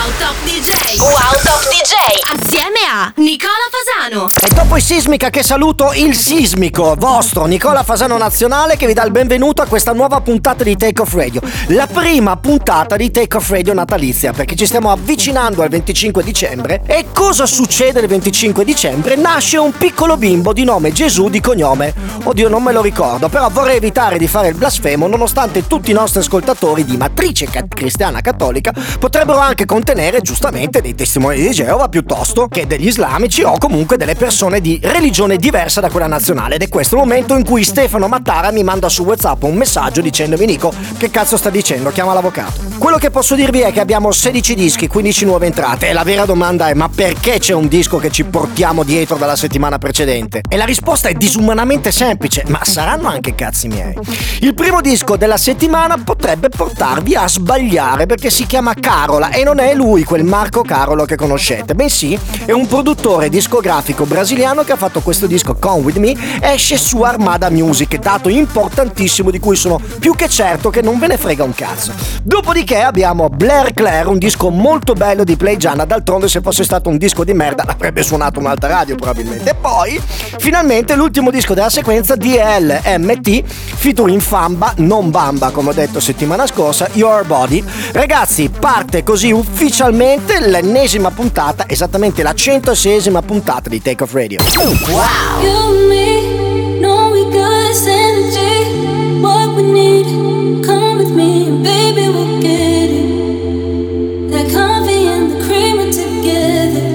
Wow Top DJ. Wow Top DJ. Assieme a Nicola Fasano. E dopo il Sismica che saluto il sismico vostro Nicola Fasano Nazionale, che vi dà il benvenuto a questa nuova puntata di Take Off Radio. La prima puntata di Take Off Radio natalizia, perché ci stiamo avvicinando al 25 dicembre. E cosa succede il 25 dicembre? Nasce un piccolo bimbo di nome Gesù, di cognome, oddio non me lo ricordo, però vorrei evitare di fare il blasfemo, nonostante tutti i nostri ascoltatori di matrice cristiana cattolica potrebbero anche contenere giustamente dei testimoni di Geova piuttosto che degli islamici o comunque delle persone di religione diversa da quella nazionale. Ed è questo il momento in cui Stefano Mattara mi manda su WhatsApp un messaggio dicendomi: Nico, che cazzo sta dicendo? Chiama l'avvocato. Quello che posso dirvi è che abbiamo 16 dischi, 15 nuove entrate, e la vera domanda è: ma perché c'è un disco che ci portiamo dietro dalla settimana precedente? E la risposta è disumanamente semplice, ma saranno anche cazzi miei. Il primo disco della settimana potrebbe portarvi a sbagliare, perché si chiama Carola e non è lui quel Marco Carolo che conoscete, bensì è un produttore discografico brasiliano che ha fatto questo disco Come With Me. Esce su Armada Music, dato importantissimo di cui sono più che certo che non ve ne frega un cazzo. Dopodiché abbiamo Blair Claire, un disco molto bello di Play Gianna, d'altronde se fosse stato un disco di merda l'avrebbe suonato un'altra radio probabilmente. E poi finalmente l'ultimo disco della sequenza, DLMT featuring Famba, non Bamba come ho detto settimana scorsa, Your Body. Ragazzi, parte così ufficialmente l'ennesima puntata, esattamente la 106esima puntata di Take Off Radio. Wow! You and me, know we got this energy, what we need, come with me, and baby we'll get it, that coffee and the creamer together,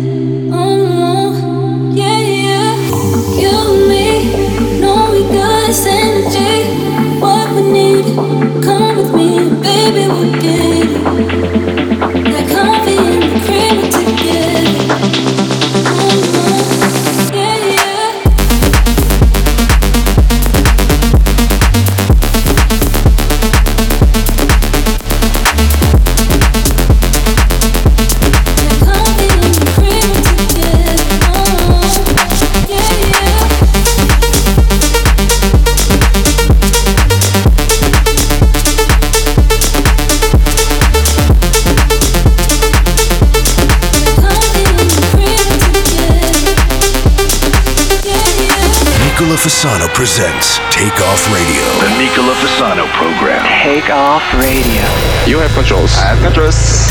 oh, yeah, yeah. You and me, know we got this energy, what we need, come with me, and baby we'll get it, that coffee and the creamer together, oh, yeah, yeah. Nicola Fasano presents Take Off Radio. The Nicola Fasano program. Take Off Radio. You have controls. I have controls.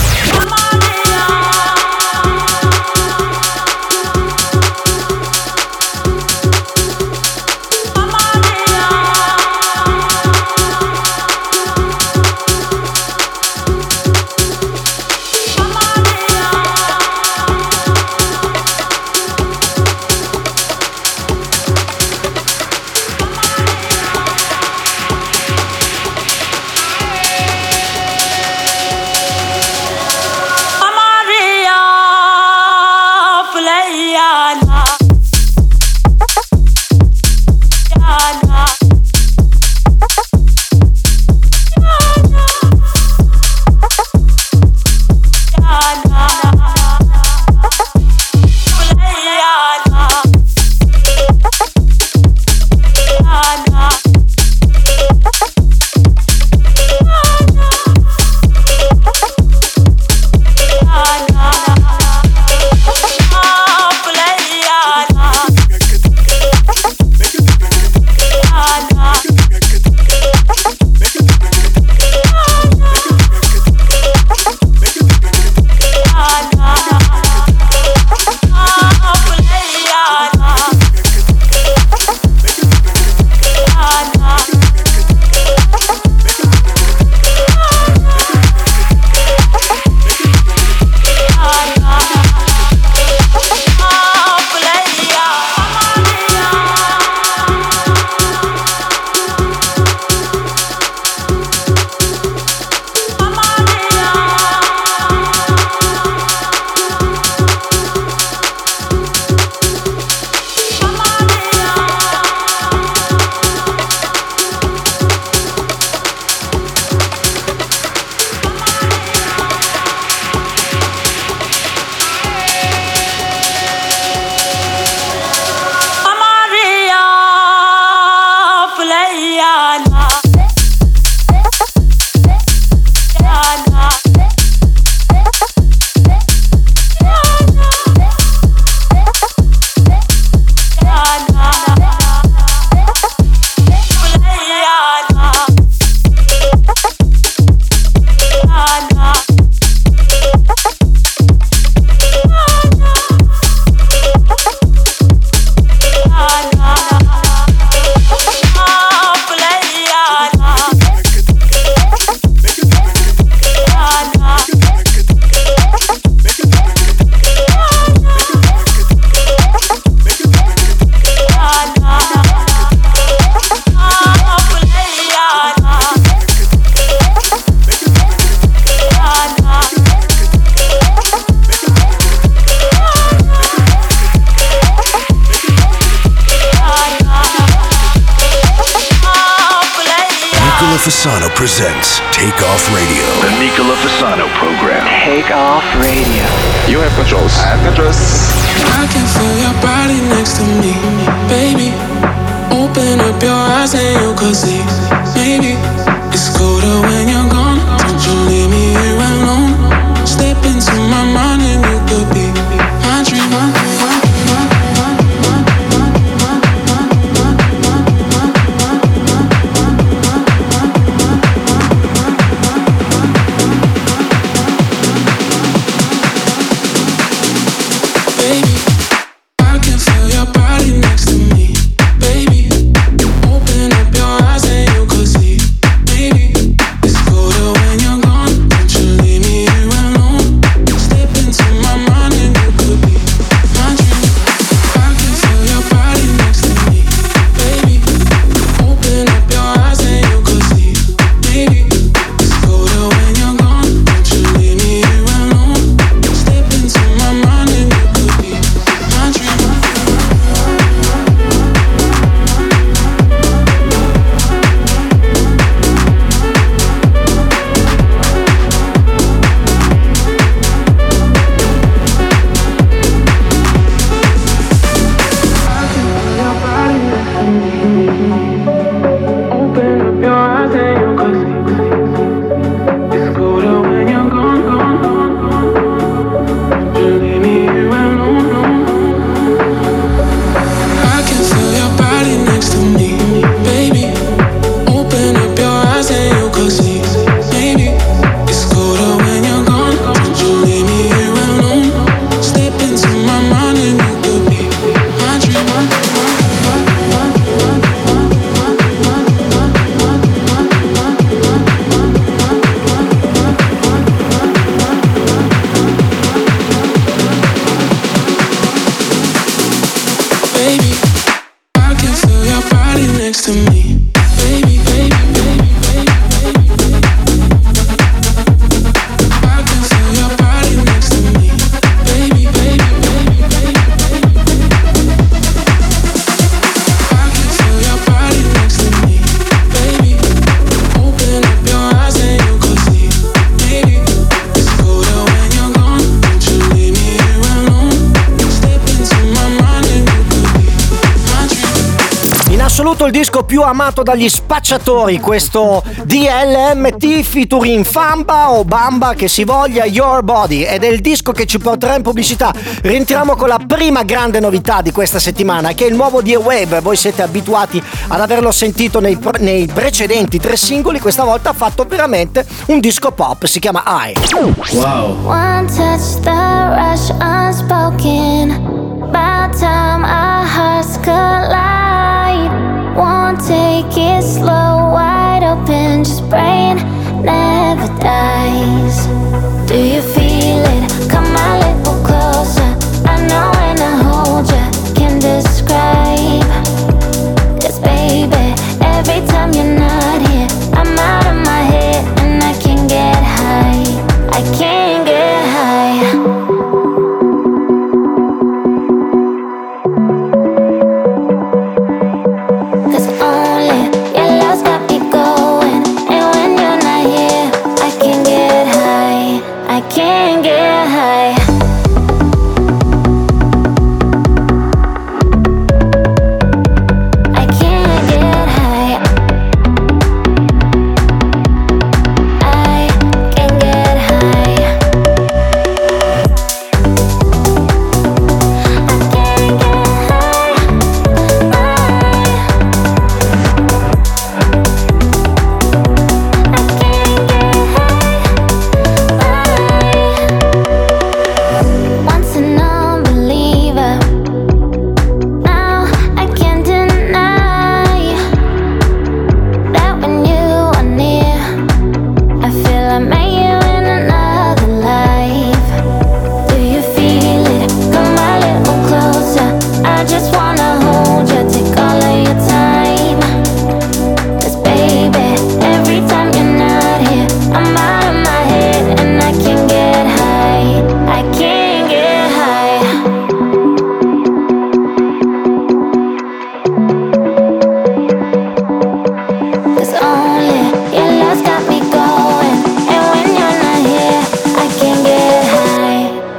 Fasano presents Take Off Radio. The Nicola Fasano program. Take Off Radio. You have controls. I have controls. I can feel your body next to me, baby. Open up your eyes and you could see. Maybe it's colder when you're gone. Don't you leave me here alone. Step into my mind and you could be my dream. Il disco più amato dagli spacciatori, questo DLMT featuring Famba o Bamba che si voglia, Your Body, ed è il disco che ci porterà in pubblicità. Rientriamo con la prima grande novità di questa settimana, che è il nuovo D-Wave. Voi siete abituati ad averlo sentito nei precedenti 3 singoli, questa volta ha fatto veramente un disco pop, si chiama I. Wow. One touch, the rush unspoken. About time our hearts collide. Won't take it slow, wide open, just brain never dies. Do you feel it? Come a little closer. I know when I hold you, can describe. 'Cause baby, every time you're not here, I'm out of my head and I can't get high. I can't get high.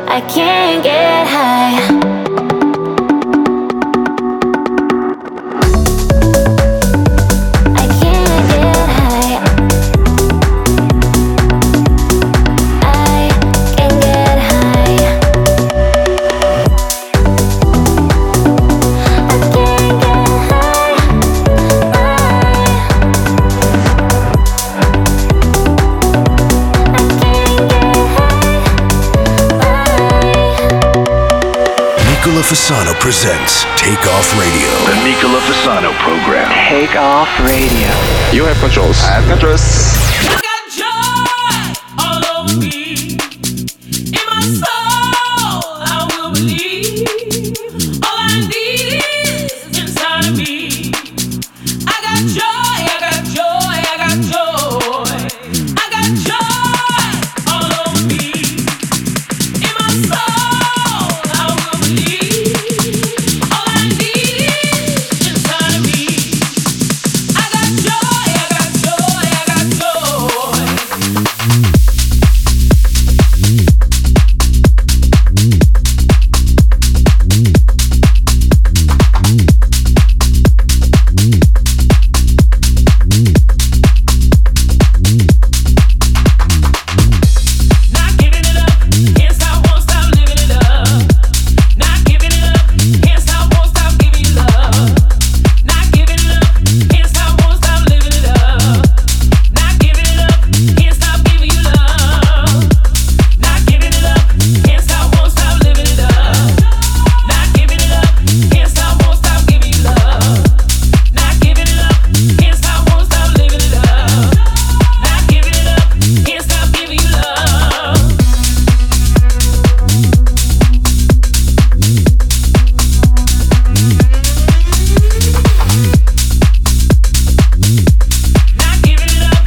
I can't get high. Nicola Fasano presents Take Off Radio. The Nicola Fasano program. Take Off Radio. You have controls. I have controls. I got joy all over me. In my soul, I will believe. All I need is inside of me. I got joy, I got joy, I got joy. I got joy all over me. In my soul, I will believe. All I need is inside of me. I got joy, I got joy, I got joy. Not giving it up, can't stop, won't stop living it up. Not giving it up, can't stop, won't stop giving you love. Not giving it up, can't stop, won't stop living it up. Not giving it up, can't stop giving you love. Not giving it up, can't stop, won't stop living it up. Not giving it up, can't stop, won't stop giving you love. Not giving it up, can't stop, won't stop living it up. Not giving it up, can't stop giving you love. Not giving it up,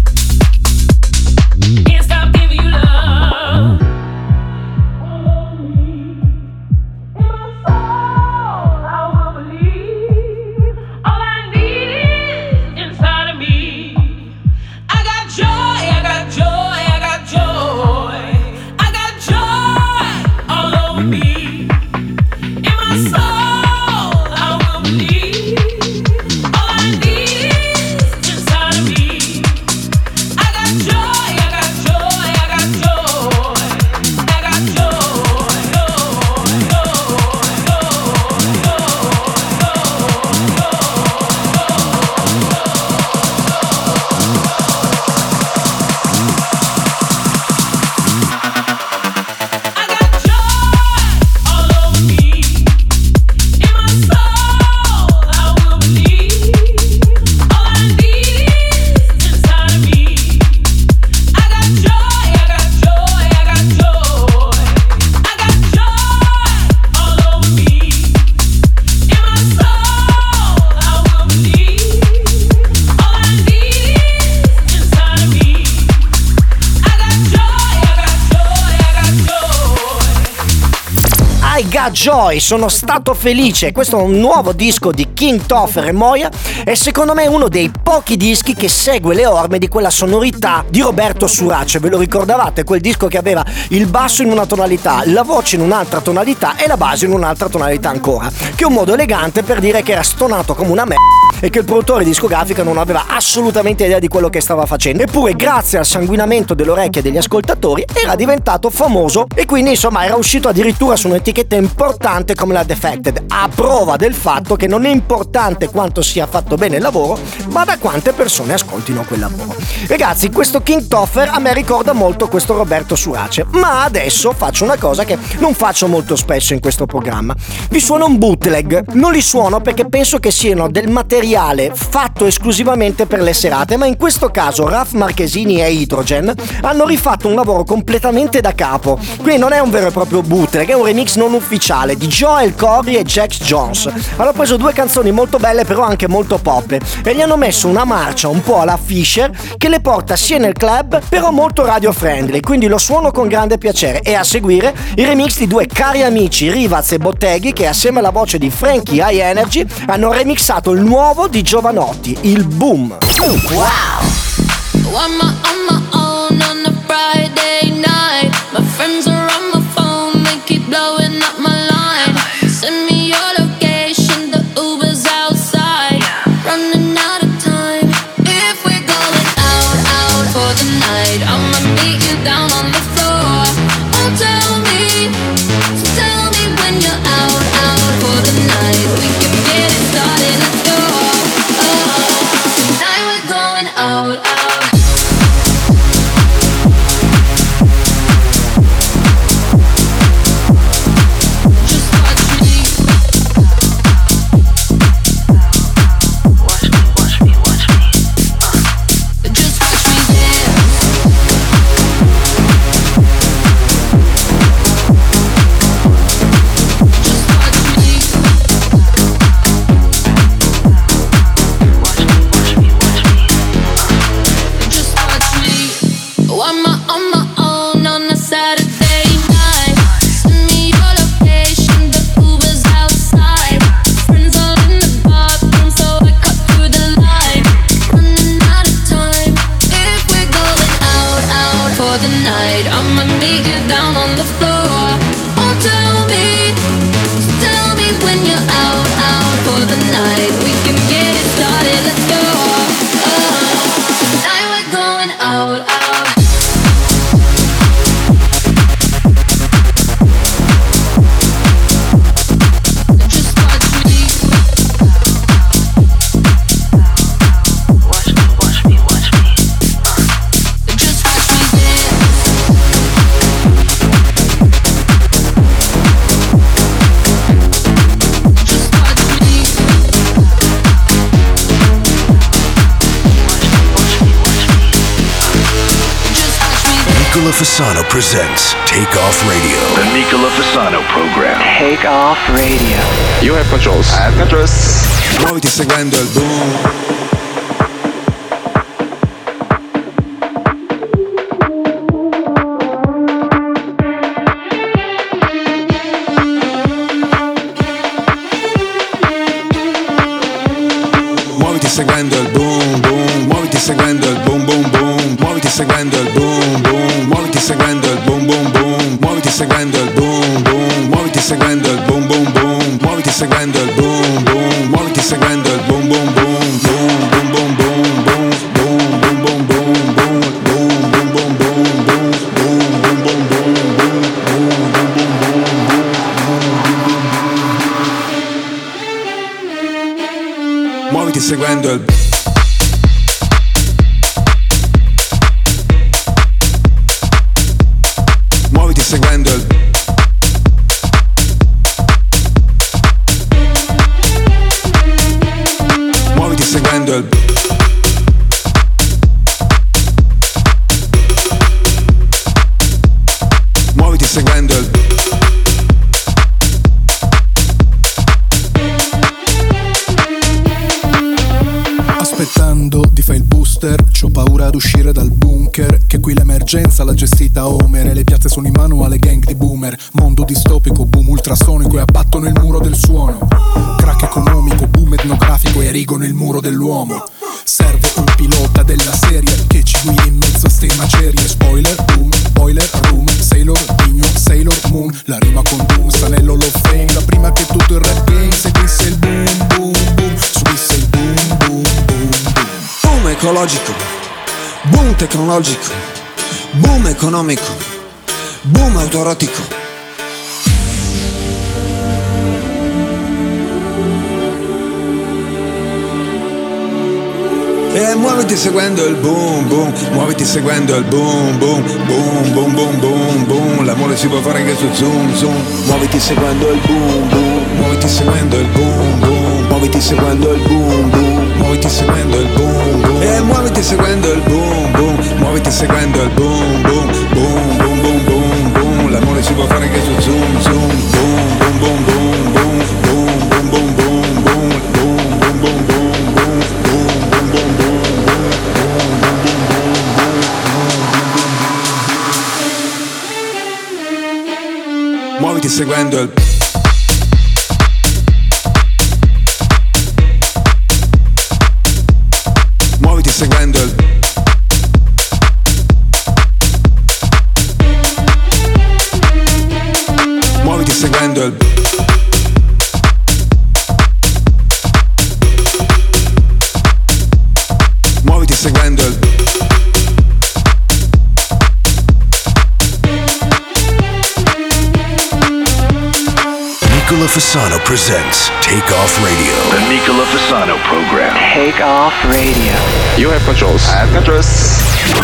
can't stop giving you love. All over me, in my soul, I will believe. All I need is inside of me. I got joy, I got joy, I got joy. I got joy all over me. In my soul, I will believe. All I need is inside of me. I got joy, I got joy, I got joy. I got joy, I got joy all over me. In my soul, I will believe. All I need is inside of me. I got joy, I got joy, I got joy. I got joy all over me. In my soul, I will believe. All I need is inside of me. I got joy, I got joy, I got joy. I Got Joy, sono stato felice. Questo è un nuovo disco di King Toffer e Moya e secondo me è uno dei pochi dischi che segue le orme di quella sonorità di Roberto Surace. Ve lo ricordavate? Quel disco che aveva il basso in una tonalità, la voce in un'altra tonalità e la base in un'altra tonalità ancora, che è un modo elegante per dire che era stonato come una e che il produttore discografico non aveva assolutamente idea di quello che stava facendo. Eppure grazie al sanguinamento delle orecchie degli ascoltatori era diventato famoso e quindi insomma era uscito addirittura su un'etichetta importante come la Defected, a prova del fatto che non è importante quanto sia fatto bene il lavoro, ma da quante persone ascoltino quel lavoro. Ragazzi, questo King Toffer a me ricorda molto questo Roberto Surace, ma adesso faccio una cosa che non faccio molto spesso in questo programma. Vi suono un bootleg. Non li suono perché penso che siano del materiale fatto esclusivamente per le serate, ma in questo caso Raf Marchesini e Hydrogen hanno rifatto un lavoro completamente da capo. Quindi non è un vero e proprio bootleg, è un remix non ufficiale di Joel Corry e Jax Jones. Hanno preso due canzoni molto belle però anche molto pop e gli hanno messo una marcia un po' alla Fisher che le porta sia nel club però molto radio friendly, quindi lo suono con grande piacere. E a seguire il remix di due cari amici Rivaz e Botteghi che assieme alla voce di Frankie High Energy hanno remixato il nuovo di Giovanotti, il Boom. Wow! On my own on a Friday night. My friends are on my phone meet you down on the floor. Oh, tell me when you're out for the night. We can get it started, let's go. Tonight we're going out. Just watch me. Watch me. Just watch me dance. Just watch me. Just watch me dance. Nicola Fasano presents Take Off Radio. The Nicola Fasano program. Take Off Radio. You have controls. I have controls. Muoviti seguendo il boom. Muoviti seguendo il boom boom, muoviti seguendo il boom boom boom, muoviti seguendo il boom boom, muoviti seguendo il boom boom boom, muoviti seguendo il boom boom, muoviti seguendo il boom boom boom, muoviti seguendo il boom boom, muoviti seguendo il boom boom boom, boom boom boom boom boom, boom boom boom boom boom, boom boom boom boom boom, boom boom boom boom boom, muoviti seguendo il muoviti seguendo il muoviti seguendo il muoviti seguendo il Aspettando ti fai il booster, c'ho paura ad uscire dal bunker, che qui l'emergenza l'ha gestita Homer e le piazze sono in mano alle gang di boomer. Mondo distopico, boom ultrasonico e abbattono il muro del suono. Crack economico, boom etnografico e erigono il muro dell'uomo. Serve un pilota della serie che ci guidi in mezzo a ste macerie. Spoiler, boom, boiler, room, Sailor, Digno, Sailor Moon. La rima con Doom, Sanello, Love Fame. Da prima che tutto il rap game seguisse il boom, boom, boom. Subisse il boom, boom, boom, boom. boom ecologico, boom tecnologico, boom economico, boom autorotico. E muoviti seguendo il boom boom, muoviti seguendo il boom boom, boom boom boom boom boom. L'amore si può fare anche su Zoom Zoom. Muoviti seguendo il boom boom, muoviti seguendo il boom boom, muoviti seguendo il boom boom, muoviti seguendo il boom boom. E muoviti seguendo il boom boom, muoviti seguendo il boom boom, boom boom boom boom boom. L'amore si può fare anche su Zoom Zoom. Boom boom boom boom boom, boom boom boom boom boom, boom boom boom boom boom. Muoviti seguendo il muoviti seguendo il muoviti seguendo il muoviti seguendo il Nicola Fasano presents Take Off Radio. The Nicola Fasano program. Take Off Radio. You have controls. I have controls.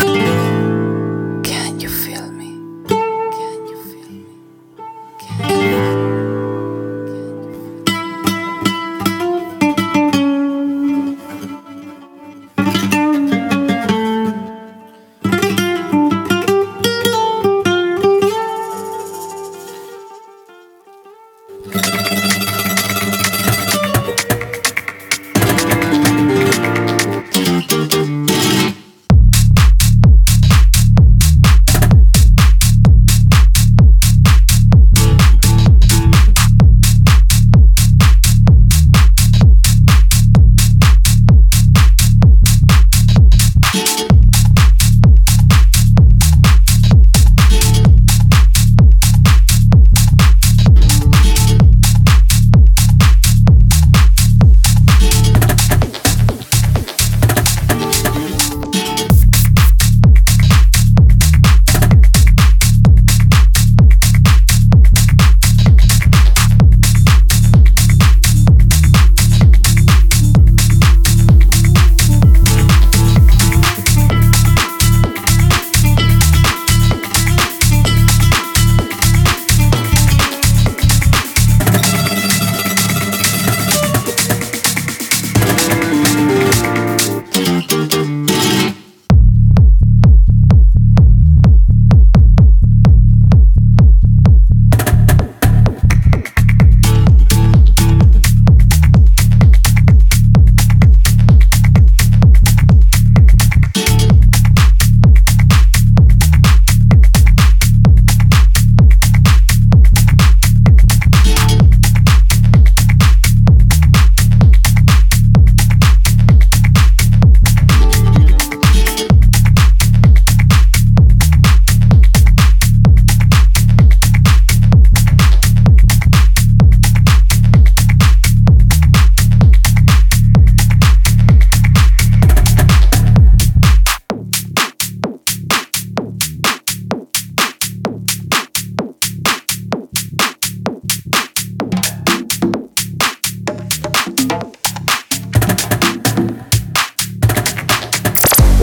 Can you feel me? Can you feel me? Can you?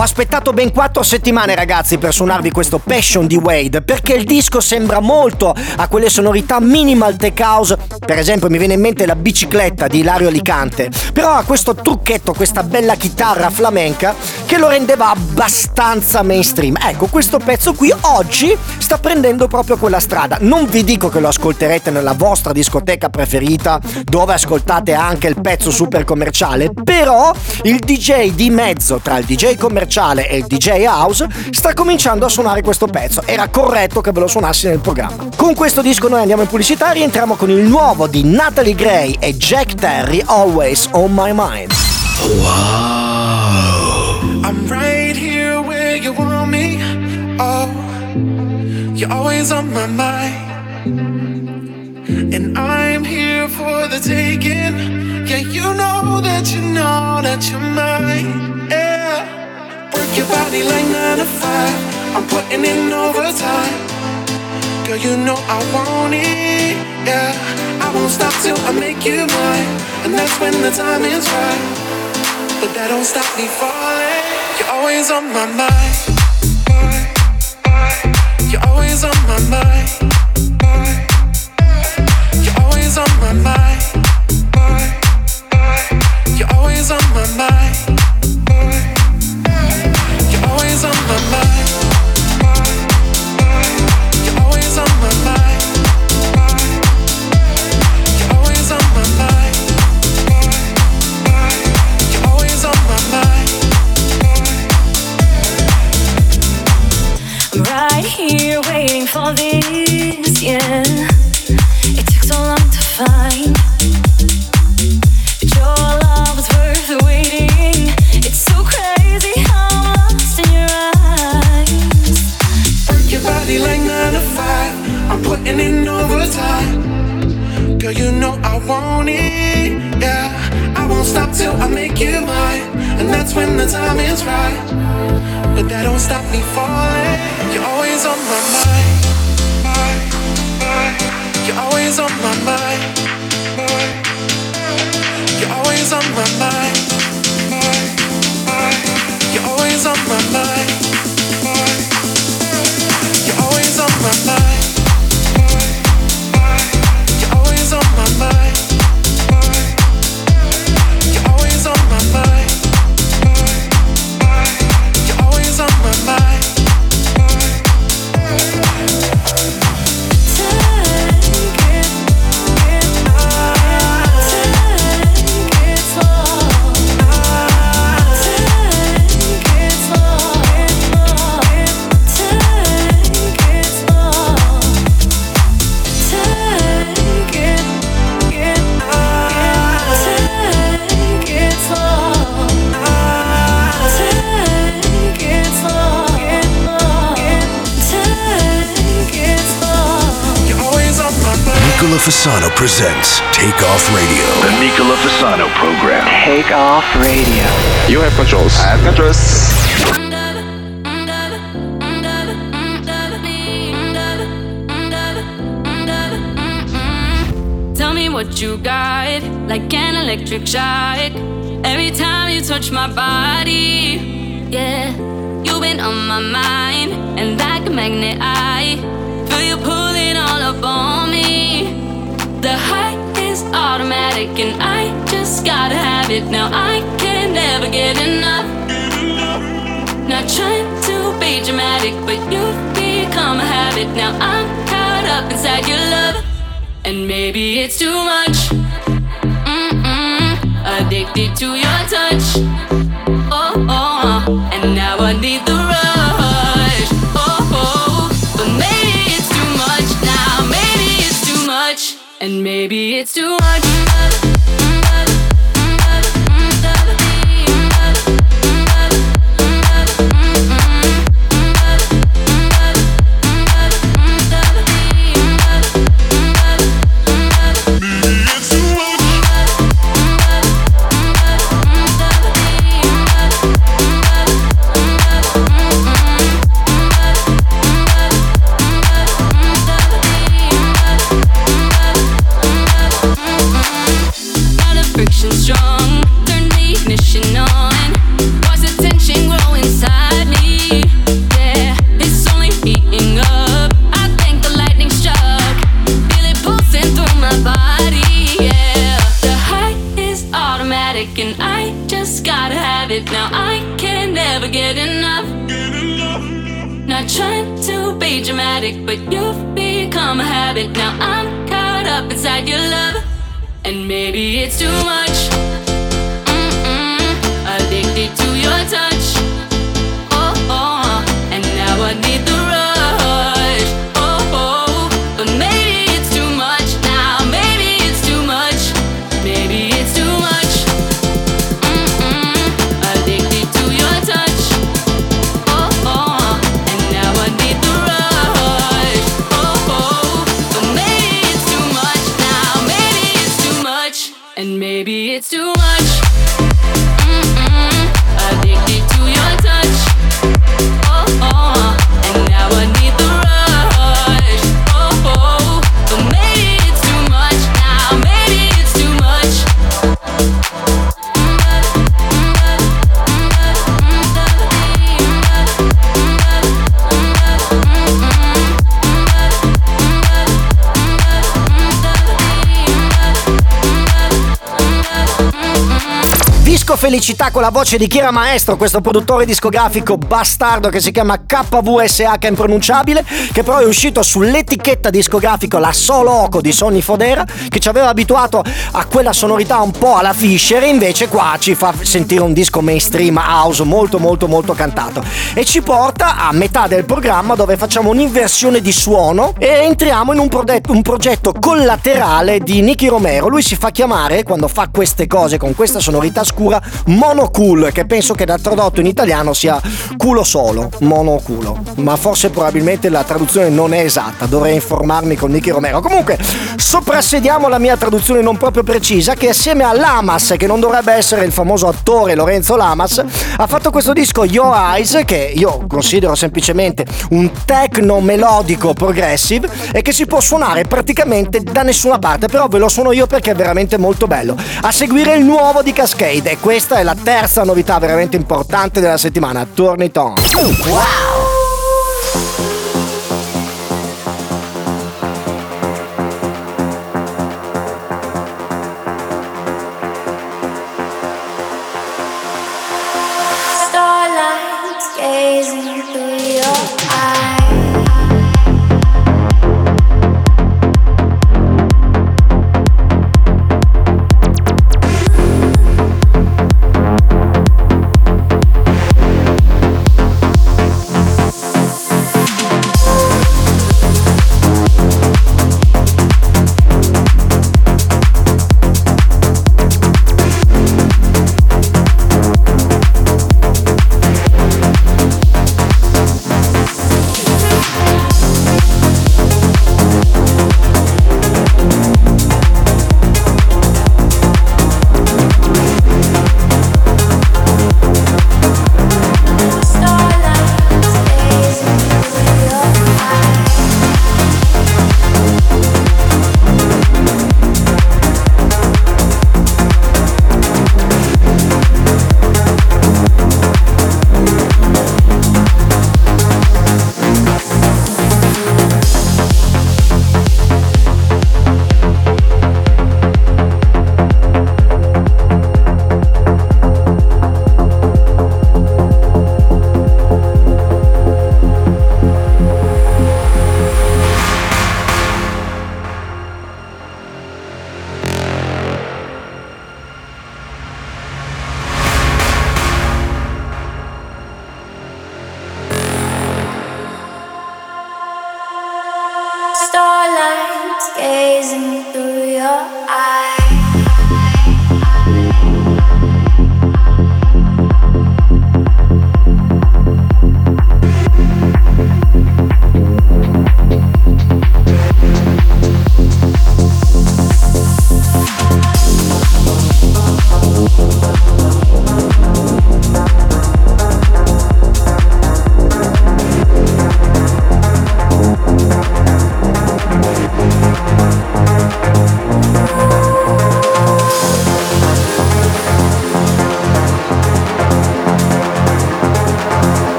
Ho aspettato ben 4 settimane, ragazzi, per suonarvi questo Passion di Wade, perché il disco sembra molto a quelle sonorità minimal tech house. Per esempio mi viene in mente La bicicletta di Ilario Alicante, però ha questo trucchetto, questa bella chitarra flamenca che lo rendeva abbastanza mainstream. Ecco, questo pezzo qui oggi sta prendendo proprio quella strada. Non vi dico che lo ascolterete nella vostra discoteca preferita, dove ascoltate anche il pezzo super commerciale, però il DJ di mezzo tra il DJ commerciale e il DJ house sta cominciando a suonare questo pezzo. Era corretto che ve lo suonassi nel programma. Con questo disco noi andiamo in pubblicità e rientriamo con il nuovo di Natalie Gray e Jack Terry, Always on My Mind. Wow. I'm right here where you want me. Oh, you're always on my mind. And I'm here for the taking. Yeah, you know that you're mine. Yeah, work your body like 9 to 5. I'm putting in overtime. Girl, you know I want it. Yeah, I won't stop till I make you mine. And that's when the time is right. But that don't stop me falling. You're always on my mind. You're always on my mind. You're always on my mind. You're always on my mind. You're always on my mind. You're always on my mind. You're always on my mind. You're always on my mind. I'm right here waiting for this, yeah. It took so long to find, but your love was worth the waiting. It's so crazy how I'm lost in your eyes. Work your body like 9 to 5. I'm putting in overtime. Girl, you know I want it. Yeah, I won't stop till I make you mine. And that's when the time is right. But that don't stop me falling. You're always on my mind. You're always on my mind. You're always on my mind. You're always on my mind. You're always on my mind. You're always on my mind. You're always on my mind. You're always on my mind. Nicola Fasano presents Take Off Radio. The Nicola Fasano program. Take Off Radio. You have controls. I have controls. Tell me what you got, like an electric shock. Every time you touch my body, yeah. You've been on my mind, and like a magnet I feel you pulling all up on me. The high is automatic, and I just gotta have it now. I can never get enough. Not trying to be dramatic, but you've become a habit. Now I'm caught up inside your love, and maybe it's too much. Addicted to your touch. And now I need the rush. But maybe it's too much now. Maybe it's too much, and maybe it's too much. it. Now I can never get enough. Not trying to be dramatic, but you've become a habit. Now I'm caught up inside your love, and maybe it's too much. Addicted to your touch. Oh, oh, and now I need the rush. Oh, oh, but maybe it's too much now. Maybe it's too much. Maybe it's too much. Addicted to your touch. Oh, oh, and now I need the rush. Oh, oh, but maybe it's too much now. Maybe it's too much, and maybe it's too much. Addicted to your touch. Oh, oh, and now I need the rush. Oh, oh, but maybe it's too much now. Maybe it's too much. Disco Felicità con la voce di Chiara Maestro, questo produttore discografico bastardo che si chiama KVSH, che è impronunciabile, che però è uscito sull'etichetta discografica La Soloco di Sonny Fodera, che ci aveva abituato a quella sonorità un po' alla Fisher, e invece qua ci fa sentire un disco mainstream house molto molto molto cantato, e ci porta a metà del programma dove facciamo un'inversione di suono e entriamo in un progetto collaterale di Nicky Romero. Lui si fa chiamare, quando fa queste cose con questa sonorità scura, Monocool, che penso che da tradotto in italiano sia culo solo, monoculo, ma forse probabilmente la traduzione non è esatta, dovrei informarmi con Nicky Romero. Comunque soprassediamo la mia traduzione non proprio precisa, che assieme a Lamas, che non dovrebbe essere il famoso attore Lorenzo Lamas, ha fatto questo disco Your Eyes, che io considero semplicemente un techno melodico progressive e che si può suonare praticamente da nessuna parte, però ve lo suono io perché è veramente molto bello. A seguire il nuovo di Cascade, e questa è la terza novità veramente importante della settimana, Turn It On. Wow!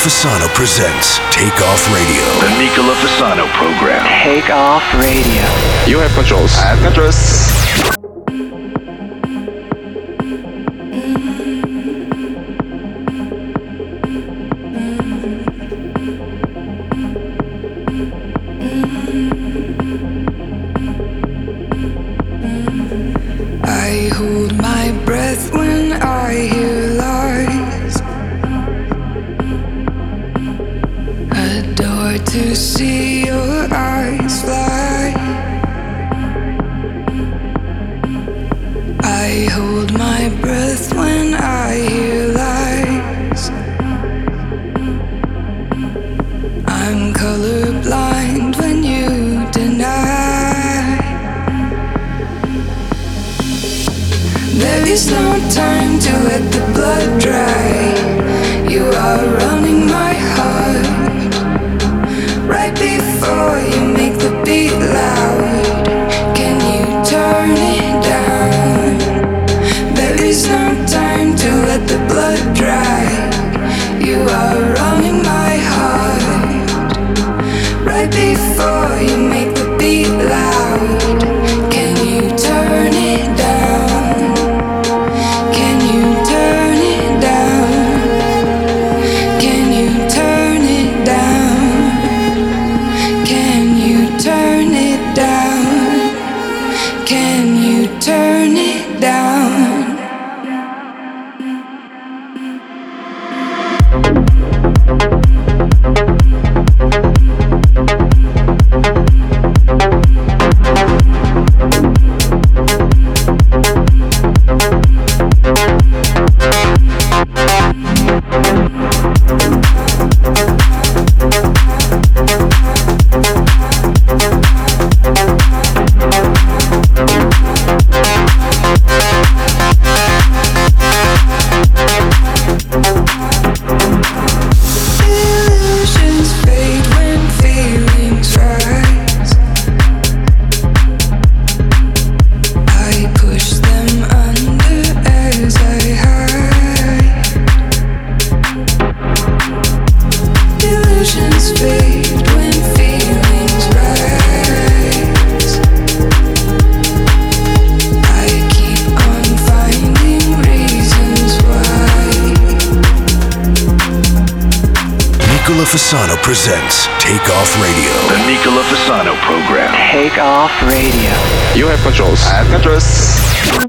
Fasano presents Take Off Radio. The Nicola Fasano program. Take Off Radio. You have controls. I have controls. I hold my breath when I hear lies. Adore to see your eyes fly. I hold my breath when I hear lies. I'm colorblind when you deny. There is no time to let the blood dry. You are running my heart. Right before you make the beat loud, can you turn it down? There is no time to let the blood dry. You are running my heart. Right before you make the beat loud, can you turn it down? Can you turn it down? Can you turn it down? Can you turn it down? Can you turn it down? Illusions fade when feelings rise. I push them under as I hide. Illusions fade when feelings rise. I keep on finding reasons why. Nicola Fasano presents Take Off Radio. The Nicola Fasano program. Take Off Radio. You have controls. I have controls.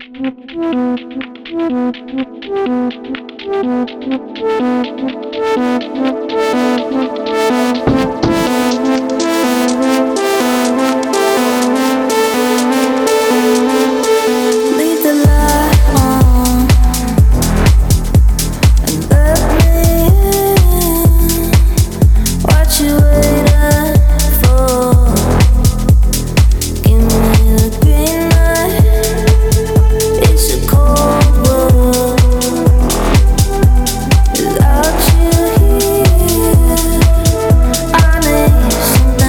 Leave the light on and let me in. What you waiting for? Give me the green light. It's a cold world without you here. I need some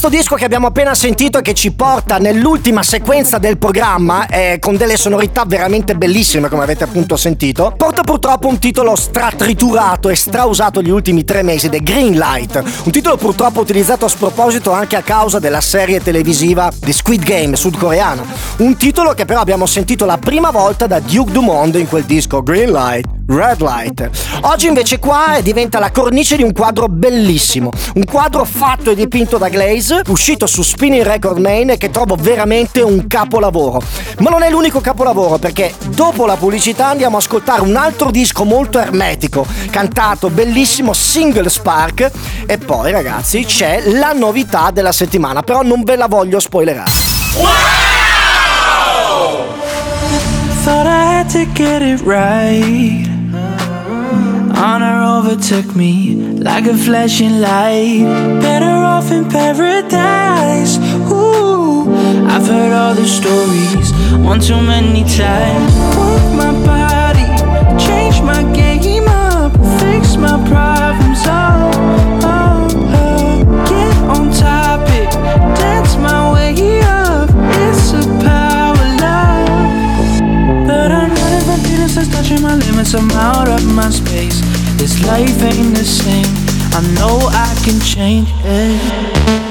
Questo disco che abbiamo appena sentito e che ci porta nell'ultima sequenza del programma, con delle sonorità veramente bellissime come avete appunto sentito, porta purtroppo un titolo stratriturato e strausato gli ultimi 3 mesi, The Green Light, un titolo purtroppo utilizzato a sproposito anche a causa della serie televisiva The Squid Game sudcoreana, un titolo che però abbiamo sentito la prima volta da Duke Dumont in quel disco Green Light, Red Light. Oggi invece qua diventa la cornice di un quadro bellissimo, un quadro fatto e dipinto da Glaze, uscito su Spinning Record Main e che trovo veramente un capolavoro. Ma non è l'unico capolavoro, perché dopo la pubblicità andiamo a ascoltare un altro disco molto ermetico, cantato, bellissimo, Single Spark, e poi ragazzi c'è la novità della settimana, però non ve la voglio spoilerare. Wow! Thought I had to get it right. Honor overtook me like a flashing light. Better off in paradise. Ooh, I've heard all the stories one too many times. Work my body, change my game up, fix my problems. Get on topic, dance my way up. It's a power love, but I'm not even feeling since touching my limits. I'm out of my space. This life ain't the same. I know I can change it.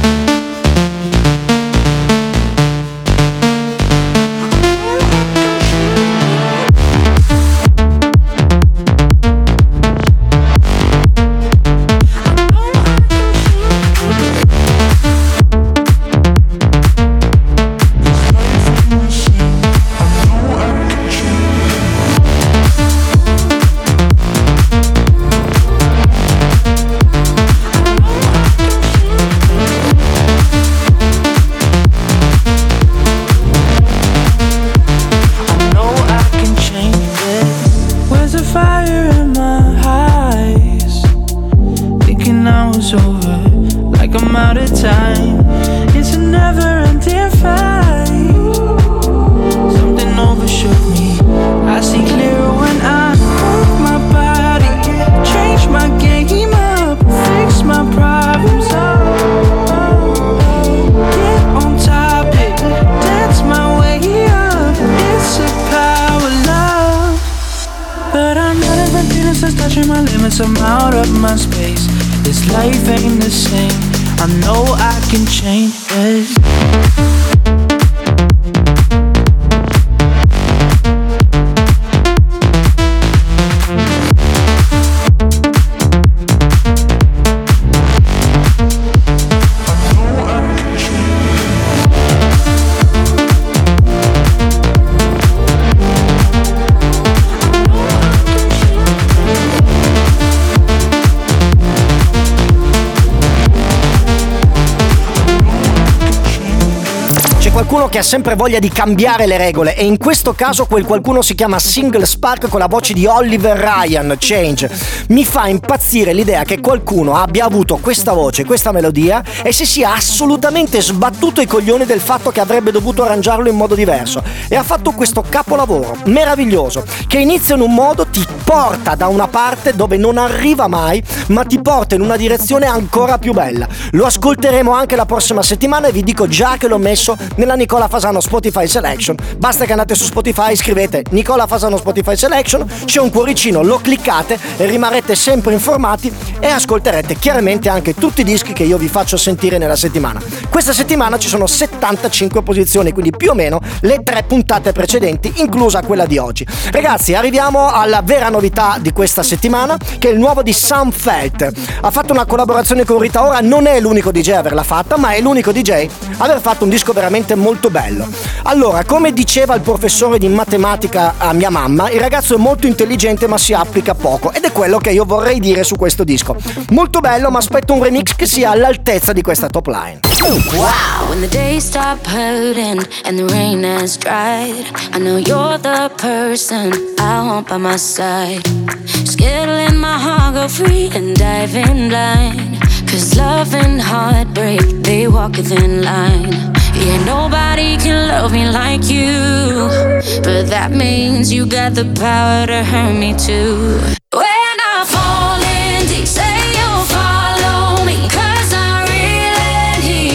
I'm out of my space. This life ain't the same. I know I can change it. Qualcuno che ha sempre voglia di cambiare le regole, e in questo caso quel qualcuno si chiama Single Spark con la voce di Oliver Ryan, Change. Mi fa impazzire l'idea che qualcuno abbia avuto questa voce, questa melodia e si sia assolutamente sbattuto i coglioni del fatto che avrebbe dovuto arrangiarlo in modo diverso, e ha fatto questo capolavoro meraviglioso che inizia in un modo, ti porta da una parte dove non arriva mai, ma ti porta in una direzione ancora più bella. Lo ascolteremo anche la prossima settimana e vi dico già che l'ho messo nella Nicola Fasano Spotify Selection. Basta che andate su Spotify, scrivete Nicola Fasano Spotify Selection, c'è un cuoricino, lo cliccate e rimarrete sempre informati e ascolterete chiaramente anche tutti i dischi che io vi faccio sentire nella settimana. Questa settimana ci sono 75 posizioni, quindi più o meno le 3 puntate precedenti, inclusa quella di oggi. Ragazzi, arriviamo alla vera novità di questa settimana, che è il nuovo di Sam Felt. Ha fatto una collaborazione con Rita Ora, non è l'unico DJ a averla fatta, ma è l'unico DJ a aver fatto un disco veramente molto bello. Allora, come diceva il professore di matematica a mia mamma, il ragazzo è molto intelligente ma si applica poco, ed è quello che io vorrei dire su questo disco. Molto bello, ma aspetto un remix che sia all'altezza di questa top line. Wow, when the days stop hurting and the rain has dried, I know you're the person I want by my side. Scared to let my heart go free and dive in blind, 'cause love and heartbreak, they walk a thin line. Yeah, nobody can love me like you, but that means you got the power to hurt me too. When I fall in deep, say you'll follow me, 'cause I really need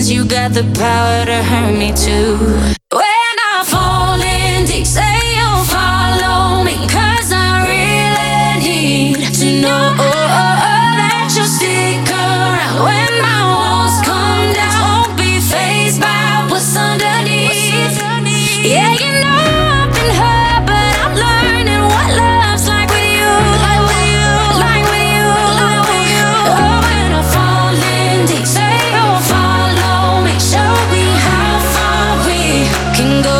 Guess you got the power to hurt me too. When I fall in deep, say you'll follow me, 'cause I really need to know that you'll stick around. When my walls come down, won't be fazed by what's underneath. Yeah, you know I've been hurt, but I'm learning what love's like with you, like with you, like with you, like with you. Oh, when I fall in deep, say you'll follow me, show me how far we can go.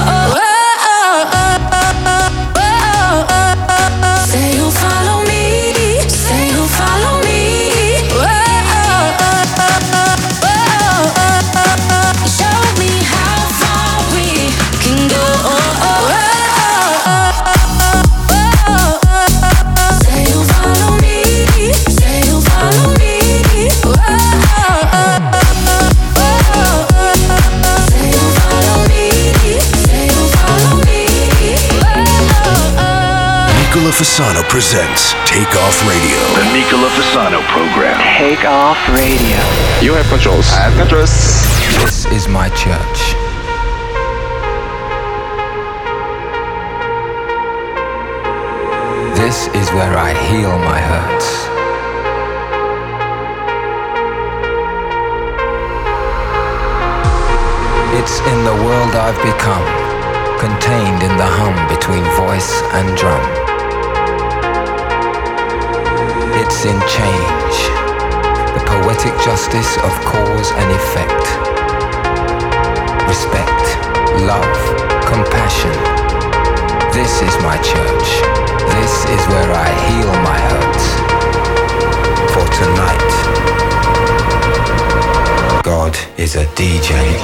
Say you'll follow me, say you'll follow me. Show me how far we can go. Say you'll follow me, say you'll follow me. Say you'll follow me, say you'll follow me. Nicola Fasano presents Take Off Radio. The Nicola Fasano program. Take Off Radio. You have controls. I have controls. This is my church. This is where I heal my hurts. It's in the world I've become, contained in the hum between voice and drum. It's in change, the poetic justice of cause and effect. Respect, love, compassion. This is my church. This is where I heal my hurts. For tonight, God is a DJ.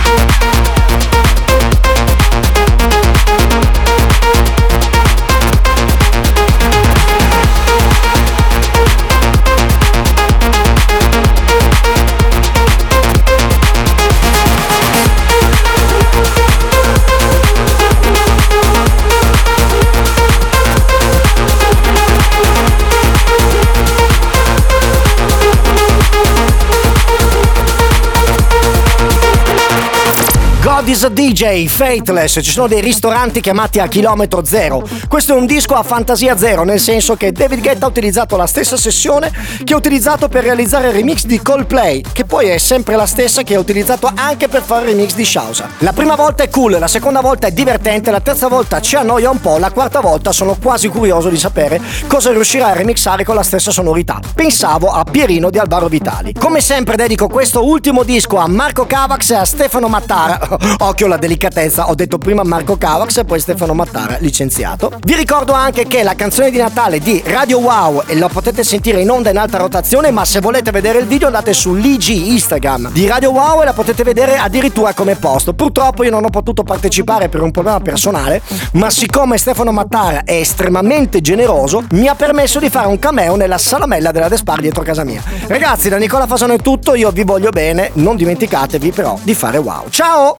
God is a DJ, Faithless. Ci sono dei ristoranti chiamati a chilometro zero. Questo è un disco a fantasia zero, nel senso che David Guetta ha utilizzato la stessa sessione che ha utilizzato per realizzare il remix di Coldplay, che poi è sempre la stessa che ha utilizzato anche per fare il remix di Shausa. La prima volta è cool, la seconda volta è divertente, la terza volta ci annoia un po', la quarta volta sono quasi curioso di sapere cosa riuscirà a remixare con la stessa sonorità. Pensavo a Pierino di Alvaro Vitali. Come sempre dedico questo ultimo disco a Marco Cavax e a Stefano Mattara. Occhio alla delicatezza, ho detto prima Marco Cavax e poi Stefano Mattara, licenziato. Vi ricordo anche che la canzone di Natale di Radio Wow e la potete sentire in onda in alta rotazione, ma se volete vedere il video andate sull'IG Instagram di Radio Wow e la potete vedere addirittura come post. Purtroppo io non ho potuto partecipare per un problema personale, ma siccome Stefano Mattara è estremamente generoso mi ha permesso di fare un cameo nella salamella della Despar dietro casa mia. Ragazzi, da Nicola Fasano è tutto, io vi voglio bene, non dimenticatevi però di fare wow. Ciao!